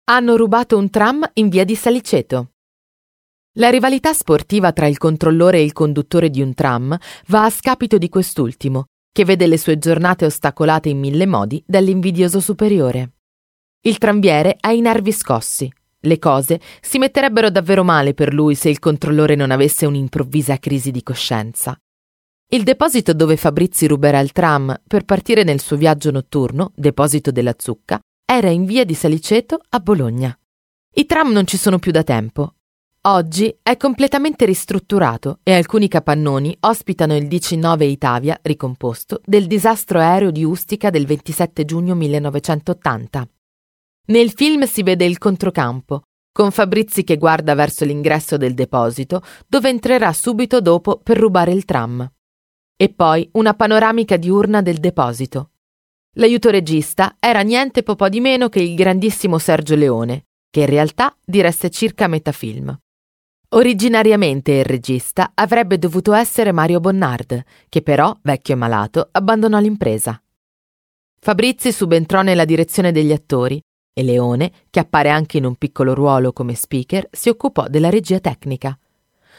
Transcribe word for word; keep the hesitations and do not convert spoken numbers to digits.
Hanno rubato un tram in via di Saliceto. La rivalità sportiva tra il controllore e il conduttore di un tram va a scapito di quest'ultimo, che vede le sue giornate ostacolate in mille modi dall'invidioso superiore. Il tramviere ha i nervi scossi. Le cose si metterebbero davvero male per lui se il controllore non avesse un'improvvisa crisi di coscienza. Il deposito dove Fabrizi ruberà il tram per partire nel suo viaggio notturno, deposito della Zucca, era in via di Saliceto a Bologna. I tram non ci sono più da tempo. Oggi è completamente ristrutturato e alcuni capannoni ospitano il diciannove Itavia ricomposto del disastro aereo di Ustica del ventisette giugno millenovecentottanta. Nel film si vede il controcampo, con Fabrizi che guarda verso l'ingresso del deposito, dove entrerà subito dopo per rubare il tram. E poi una panoramica diurna del deposito. L'aiuto regista era niente po' di meno che il grandissimo Sergio Leone, che in realtà diresse circa metà film. Originariamente il regista avrebbe dovuto essere Mario Bonnard, che però, vecchio e malato, abbandonò l'impresa. Fabrizi subentrò nella direzione degli attori e Leone, che appare anche in un piccolo ruolo come speaker, si occupò della regia tecnica.